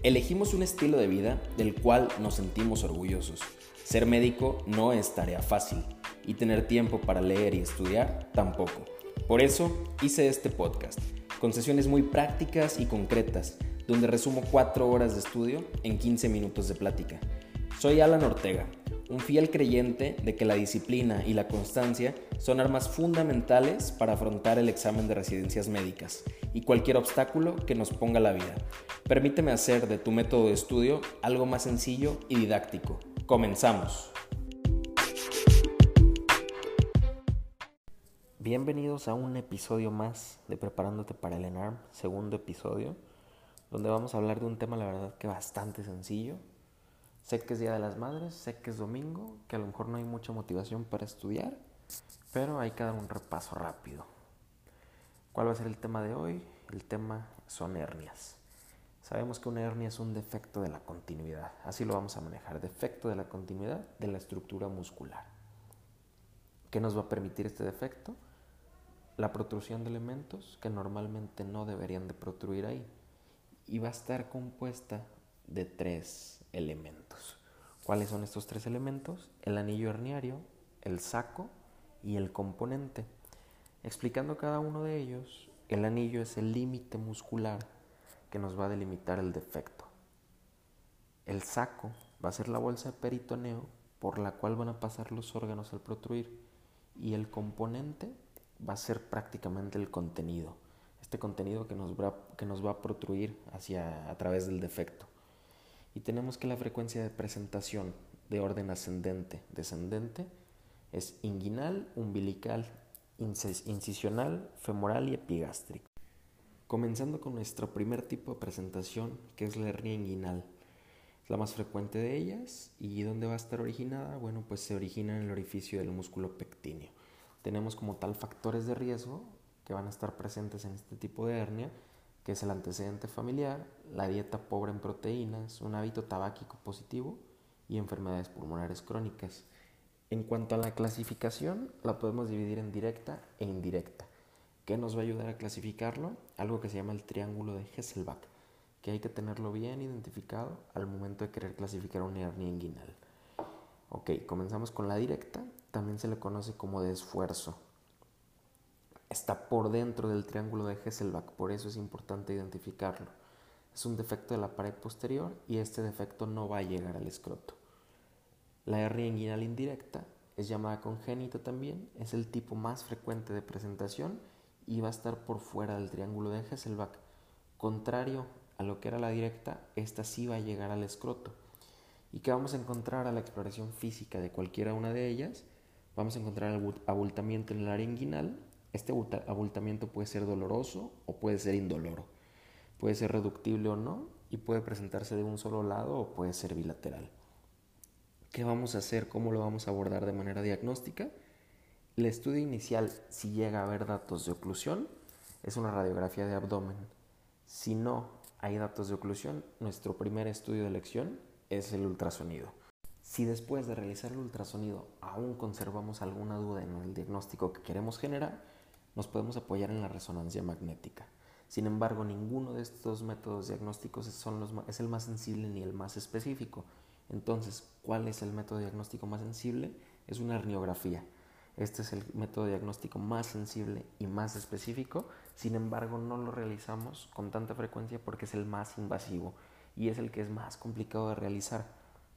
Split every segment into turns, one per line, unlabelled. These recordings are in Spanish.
Elegimos un estilo de vida del cual nos sentimos orgullosos. Ser médico no es tarea fácil y tener tiempo para leer y estudiar tampoco. Por eso hice este podcast, con sesiones muy prácticas y concretas, donde resumo 4 horas de estudio en 15 minutos de plática. Soy Alan Ortega, un fiel creyente de que la disciplina y la constancia son armas fundamentales para afrontar el examen de residencias médicas y cualquier obstáculo que nos ponga la vida. Permíteme hacer de tu método de estudio algo más sencillo y didáctico. ¡Comenzamos! Bienvenidos a un episodio más de Preparándote para el ENARM, segundo episodio, donde vamos a hablar de un tema, la verdad, que bastante sencillo. Sé que es Día de las Madres, sé que es domingo, que a lo mejor no hay mucha motivación para estudiar, pero hay que dar un repaso rápido. ¿Cuál va a ser el tema de hoy? El tema son hernias. Sabemos que una hernia es un defecto de la continuidad, así lo vamos a manejar, defecto de la continuidad de la estructura muscular. ¿Qué nos va a permitir este defecto? La protrusión de elementos que normalmente no deberían de protruir ahí, y va a estar compuesta de 3 elementos. ¿Cuáles son estos 3 elementos? El anillo herniario, el saco y el componente. Explicando cada uno de ellos, el anillo es el límite muscular que nos va a delimitar el defecto. El saco va a ser la bolsa de peritoneo por la cual van a pasar los órganos al protruir, y el componente va a ser prácticamente el contenido. Este contenido que nos va a protruir a través del defecto. Y tenemos que la frecuencia de presentación de orden ascendente, descendente, es inguinal, umbilical, incisional, femoral y epigástrico. Comenzando con nuestro primer tipo de presentación, que es la hernia inguinal. Es la más frecuente de ellas. ¿Y dónde va a estar originada? Bueno, pues se origina en el orificio del músculo pectíneo. Tenemos como tal factores de riesgo que van a estar presentes en este tipo de hernia, que es el antecedente familiar, la dieta pobre en proteínas, un hábito tabáquico positivo y enfermedades pulmonares crónicas. En cuanto a la clasificación, la podemos dividir en directa e indirecta. ¿Qué nos va a ayudar a clasificarlo? Algo que se llama el triángulo de Hesselbach, que hay que tenerlo bien identificado al momento de querer clasificar una hernia inguinal. Ok, comenzamos con la directa, también se le conoce como de esfuerzo. Está por dentro del triángulo de Hesselbach, por eso es importante identificarlo. Es un defecto de la pared posterior y este defecto no va a llegar al escroto. La hernia inguinal indirecta es llamada congénita también, es el tipo más frecuente de presentación y va a estar por fuera del triángulo de Hesselbach. Contrario a lo que era la directa, esta sí va a llegar al escroto. ¿Y qué vamos a encontrar a la exploración física de cualquiera una de ellas? Vamos a encontrar abultamiento en el área inguinal. Este abultamiento puede ser doloroso o puede ser indoloro. Puede ser reductible o no y puede presentarse de un solo lado o puede ser bilateral. ¿Qué vamos a hacer? ¿Cómo lo vamos a abordar de manera diagnóstica? El estudio inicial, si llega a haber datos de oclusión, es una radiografía de abdomen. Si no hay datos de oclusión, nuestro primer estudio de elección es el ultrasonido. Si después de realizar el ultrasonido aún conservamos alguna duda en el diagnóstico que queremos generar, nos podemos apoyar en la resonancia magnética. Sin embargo, ninguno de estos métodos diagnósticos es el más sensible ni el más específico. Entonces, ¿cuál es el método diagnóstico más sensible? Es una herniografía. Este es el método diagnóstico más sensible y más específico. Sin embargo, no lo realizamos con tanta frecuencia porque es el más invasivo y es el que es más complicado de realizar.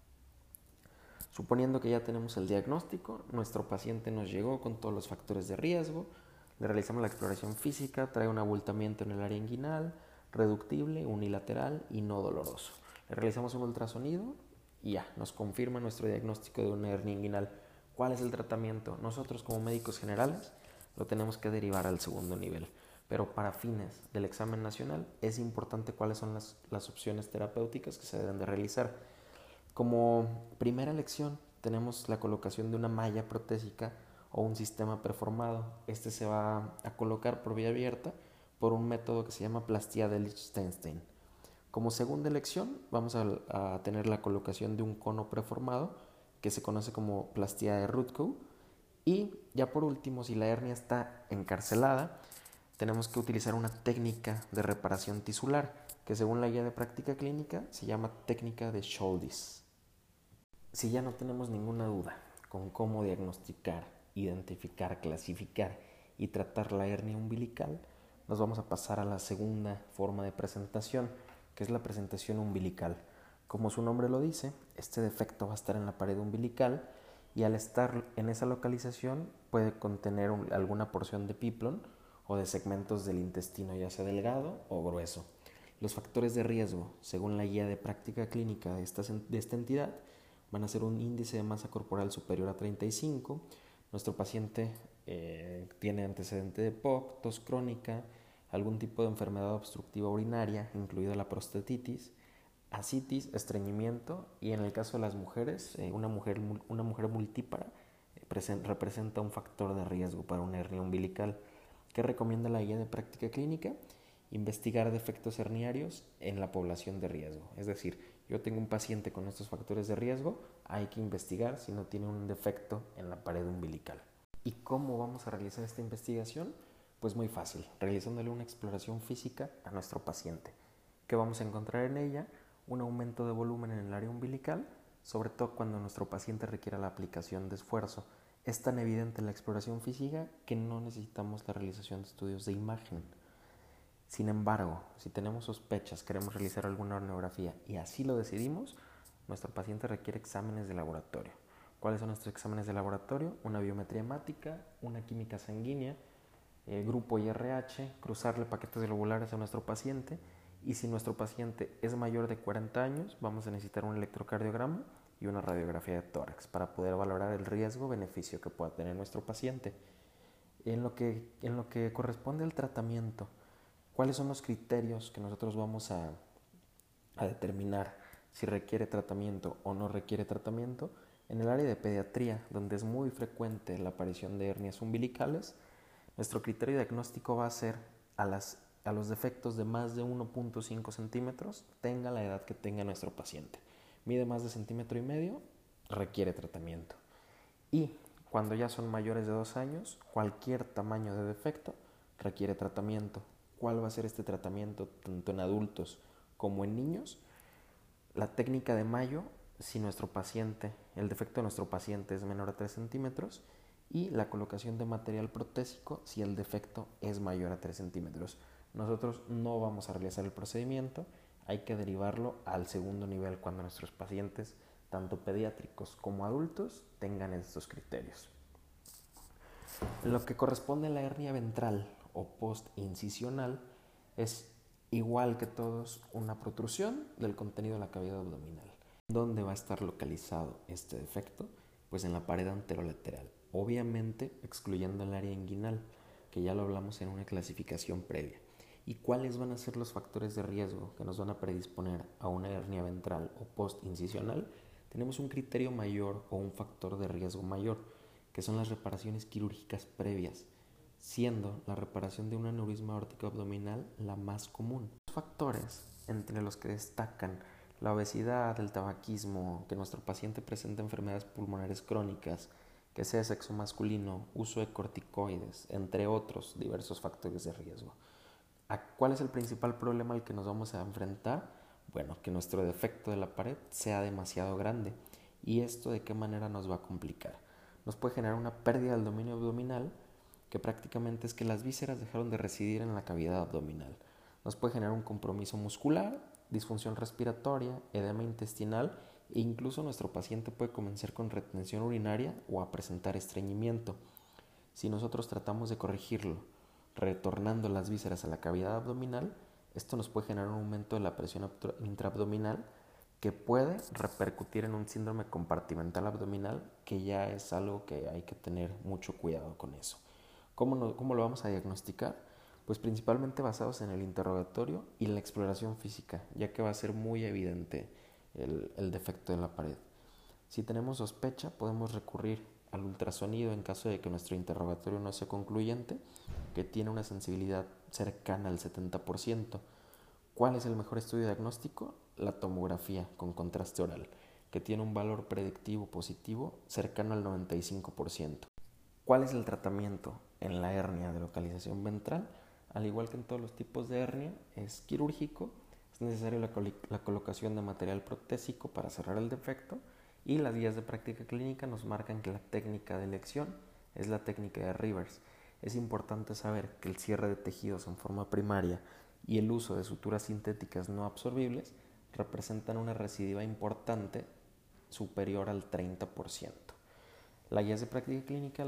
Suponiendo que ya tenemos el diagnóstico, nuestro paciente nos llegó con todos los factores de riesgo, le realizamos la exploración física, trae un abultamiento en el área inguinal, reductible, unilateral y no doloroso. Le realizamos un ultrasonido y ya, nos confirma nuestro diagnóstico de una hernia inguinal. ¿Cuál es el tratamiento? Nosotros como médicos generales lo tenemos que derivar al segundo nivel, pero para fines del examen nacional es importante cuáles son las opciones terapéuticas que se deben de realizar. Como primera elección tenemos la colocación de una malla protésica o un sistema preformado. Este se va a colocar por vía abierta por un método que se llama plastía de Liechtenstein. Como segunda elección vamos a tener la colocación de un cono preformado que se conoce como plastía de Rutkow. Y ya por último, si la hernia está encarcelada, tenemos que utilizar una técnica de reparación tisular. que según la guía de práctica clínica se llama técnica de Scholdies. Si ya no tenemos ninguna duda con cómo diagnosticar, identificar, clasificar y tratar la hernia umbilical, nos vamos a pasar a la segunda forma de presentación, que es la presentación umbilical. Como su nombre lo dice, este defecto va a estar en la pared umbilical y al estar en esa localización puede contener alguna porción de piplon o de segmentos del intestino, ya sea delgado o grueso. Los factores de riesgo, según la guía de práctica clínica de esta entidad, van a ser un índice de masa corporal superior a 35. Nuestro paciente tiene antecedente de POC, tos crónica, algún tipo de enfermedad obstructiva urinaria, incluida la prostatitis, ascitis, estreñimiento, y en el caso de las mujeres, una mujer multípara representa un factor de riesgo para una hernia umbilical. ¿Qué recomienda la guía de práctica clínica? Investigar defectos herniarios en la población de riesgo. Es decir, yo tengo un paciente con estos factores de riesgo, hay que investigar si no tiene un defecto en la pared umbilical. ¿Y cómo vamos a realizar esta investigación? Pues muy fácil, realizándole una exploración física a nuestro paciente. ¿Qué vamos a encontrar en ella? Un aumento de volumen en el área umbilical, sobre todo cuando nuestro paciente requiera la aplicación de esfuerzo. Es tan evidente la exploración física que no necesitamos la realización de estudios de imagen. Sin embargo, si tenemos sospechas, queremos realizar alguna ornografía y así lo decidimos, nuestro paciente requiere exámenes de laboratorio. ¿Cuáles son nuestros exámenes de laboratorio? Una biometría hemática, una química sanguínea, grupo IRH, cruzarle paquetes globulares a nuestro paciente, y si nuestro paciente es mayor de 40 años, vamos a necesitar un electrocardiograma y una radiografía de tórax para poder valorar el riesgo-beneficio que pueda tener nuestro paciente. En lo que corresponde al tratamiento, ¿cuáles son los criterios que nosotros vamos a determinar si requiere tratamiento o no requiere tratamiento? En el área de pediatría, donde es muy frecuente la aparición de hernias umbilicales, nuestro criterio diagnóstico va a ser a los defectos de más de 1.5 centímetros, tenga la edad que tenga nuestro paciente. Mide más de 1,5 centímetros, requiere tratamiento. Y cuando ya son mayores de 2 años, cualquier tamaño de defecto requiere tratamiento. ¿Cuál va a ser este tratamiento tanto en adultos como en niños? La técnica de Mayo, si el defecto de nuestro paciente es menor a 3 centímetros, y la colocación de material protésico si el defecto es mayor a 3 centímetros. Nosotros no vamos a realizar el procedimiento, hay que derivarlo al segundo nivel cuando nuestros pacientes, tanto pediátricos como adultos, tengan estos criterios. Lo que corresponde a la hernia ventral o post-incisional es, igual que todos, una protrusión del contenido de la cavidad abdominal. ¿Dónde va a estar localizado este defecto? Pues en la pared anterolateral, obviamente excluyendo el área inguinal, que ya lo hablamos en una clasificación previa. ¿Y cuáles van a ser los factores de riesgo que nos van a predisponer a una hernia ventral o post-incisional? Tenemos un criterio mayor o un factor de riesgo mayor, que son las reparaciones quirúrgicas previas, siendo la reparación de un aneurisma aórtico abdominal la más común. Los factores entre los que destacan la obesidad, el tabaquismo, que nuestro paciente presenta enfermedades pulmonares crónicas, que sea sexo masculino, uso de corticoides, entre otros diversos factores de riesgo. ¿Cuál es el principal problema al que nos vamos a enfrentar? Bueno, que nuestro defecto de la pared sea demasiado grande. ¿Y esto de qué manera nos va a complicar? Nos puede generar una pérdida del dominio abdominal, que prácticamente es que las vísceras dejaron de residir en la cavidad abdominal. Nos puede generar un compromiso muscular, disfunción respiratoria, edema intestinal, e incluso nuestro paciente puede comenzar con retención urinaria o a presentar estreñimiento. Si nosotros tratamos de corregirlo retornando las vísceras a la cavidad abdominal, esto nos puede generar un aumento de la presión intraabdominal que puede repercutir en un síndrome compartimental abdominal, que ya es algo que hay que tener mucho cuidado con eso. ¿Cómo lo vamos a diagnosticar? Pues principalmente basados en el interrogatorio y la exploración física, ya que va a ser muy evidente el defecto de la pared. Si tenemos sospecha, podemos recurrir al ultrasonido en caso de que nuestro interrogatorio no sea concluyente, que tiene una sensibilidad cercana al 70%. ¿Cuál es el mejor estudio diagnóstico? La tomografía con contraste oral, que tiene un valor predictivo positivo cercano al 95%. ¿Cuál es el tratamiento en la hernia de localización ventral? Al igual que en todos los tipos de hernia, es quirúrgico, Es necesario la colocación de material protésico para cerrar el defecto, y las guías de práctica clínica nos marcan que la técnica de elección es la técnica de Rivers. Es importante saber que el cierre de tejidos en forma primaria y el uso de suturas sintéticas no absorbibles representan una recidiva importante superior al 30%. La guía de práctica clínica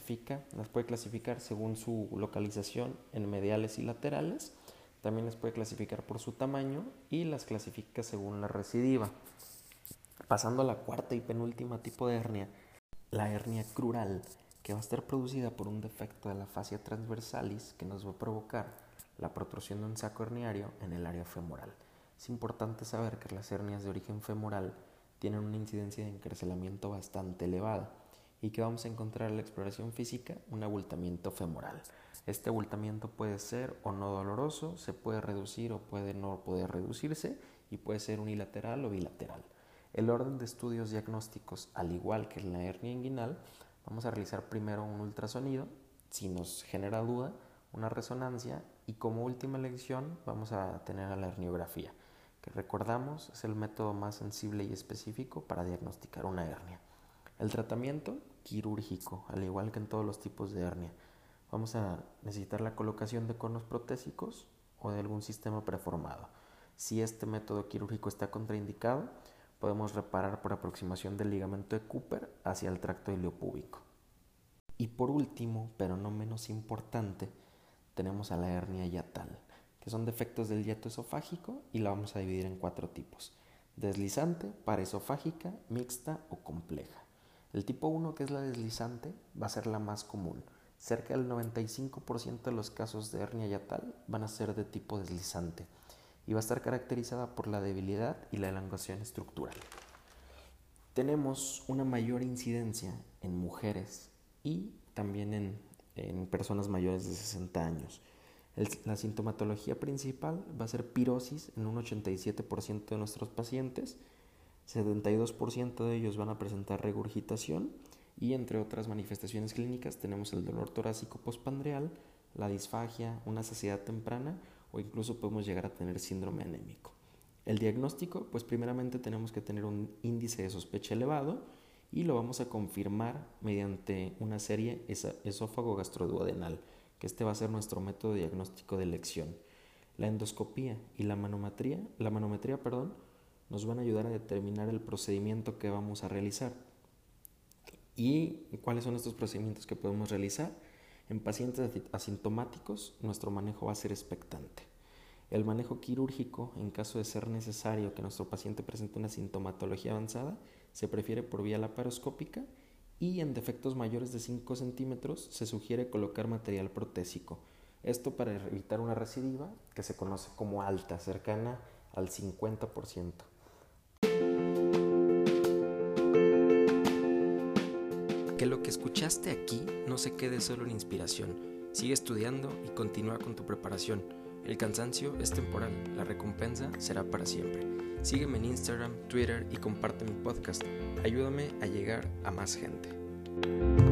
las puede clasificar según su localización en mediales y laterales. También las puede clasificar por su tamaño y las clasifica según la recidiva. Pasando a la cuarta y penúltima tipo de hernia, la hernia crural, que va a estar producida por un defecto de la fascia transversalis que nos va a provocar la protrusión de un saco herniario en el área femoral. Es importante saber que las hernias de origen femoral tienen una incidencia de encarcelamiento bastante elevada y que vamos a encontrar en la exploración física un abultamiento femoral. Este abultamiento puede ser o no doloroso, se puede reducir o puede no poder reducirse y puede ser unilateral o bilateral. El orden de estudios diagnósticos, al igual que en la hernia inguinal, vamos a realizar primero un ultrasonido, si nos genera duda, una resonancia, y como última elección vamos a tener a la herniografía, que recordamos es el método más sensible y específico para diagnosticar una hernia. El tratamiento quirúrgico, al igual que en todos los tipos de hernia. Vamos a necesitar la colocación de conos protésicos o de algún sistema preformado. Si este método quirúrgico está contraindicado, podemos reparar por aproximación del ligamento de Cooper hacia el tracto iliopúbico. Y por último, pero no menos importante, tenemos a la hernia hiatal, que son defectos del hiato esofágico, y la vamos a dividir en 4 tipos: deslizante, paraesofágica, mixta o compleja. El tipo 1, que es la deslizante, va a ser la más común. Cerca del 95% de los casos de hernia hiatal van a ser de tipo deslizante y va a estar caracterizada por la debilidad y la elongación estructural. Tenemos una mayor incidencia en mujeres y también en personas mayores de 60 años. La sintomatología principal va a ser pirosis en un 87% de nuestros pacientes, 72% de ellos van a presentar regurgitación, y entre otras manifestaciones clínicas tenemos el dolor torácico postpandreal, la disfagia, una saciedad temprana, o incluso podemos llegar a tener síndrome anémico. El diagnóstico, pues primeramente tenemos que tener un índice de sospecha elevado y lo vamos a confirmar mediante una serie esófago-gastroduodenal, que este va a ser nuestro método diagnóstico de elección. La endoscopía y la manometría, nos van a ayudar a determinar el procedimiento que vamos a realizar. ¿Y cuáles son estos procedimientos que podemos realizar? En pacientes asintomáticos, nuestro manejo va a ser expectante. El manejo quirúrgico, en caso de ser necesario que nuestro paciente presente una sintomatología avanzada, se prefiere por vía laparoscópica, y en defectos mayores de 5 centímetros se sugiere colocar material protésico. Esto para evitar una recidiva que se conoce como alta, cercana al 50%. Que lo que escuchaste aquí no se quede solo en inspiración. Sigue estudiando y continúa con tu preparación. El cansancio es temporal, la recompensa será para siempre. Sígueme en Instagram, Twitter y comparte mi podcast. Ayúdame a llegar a más gente.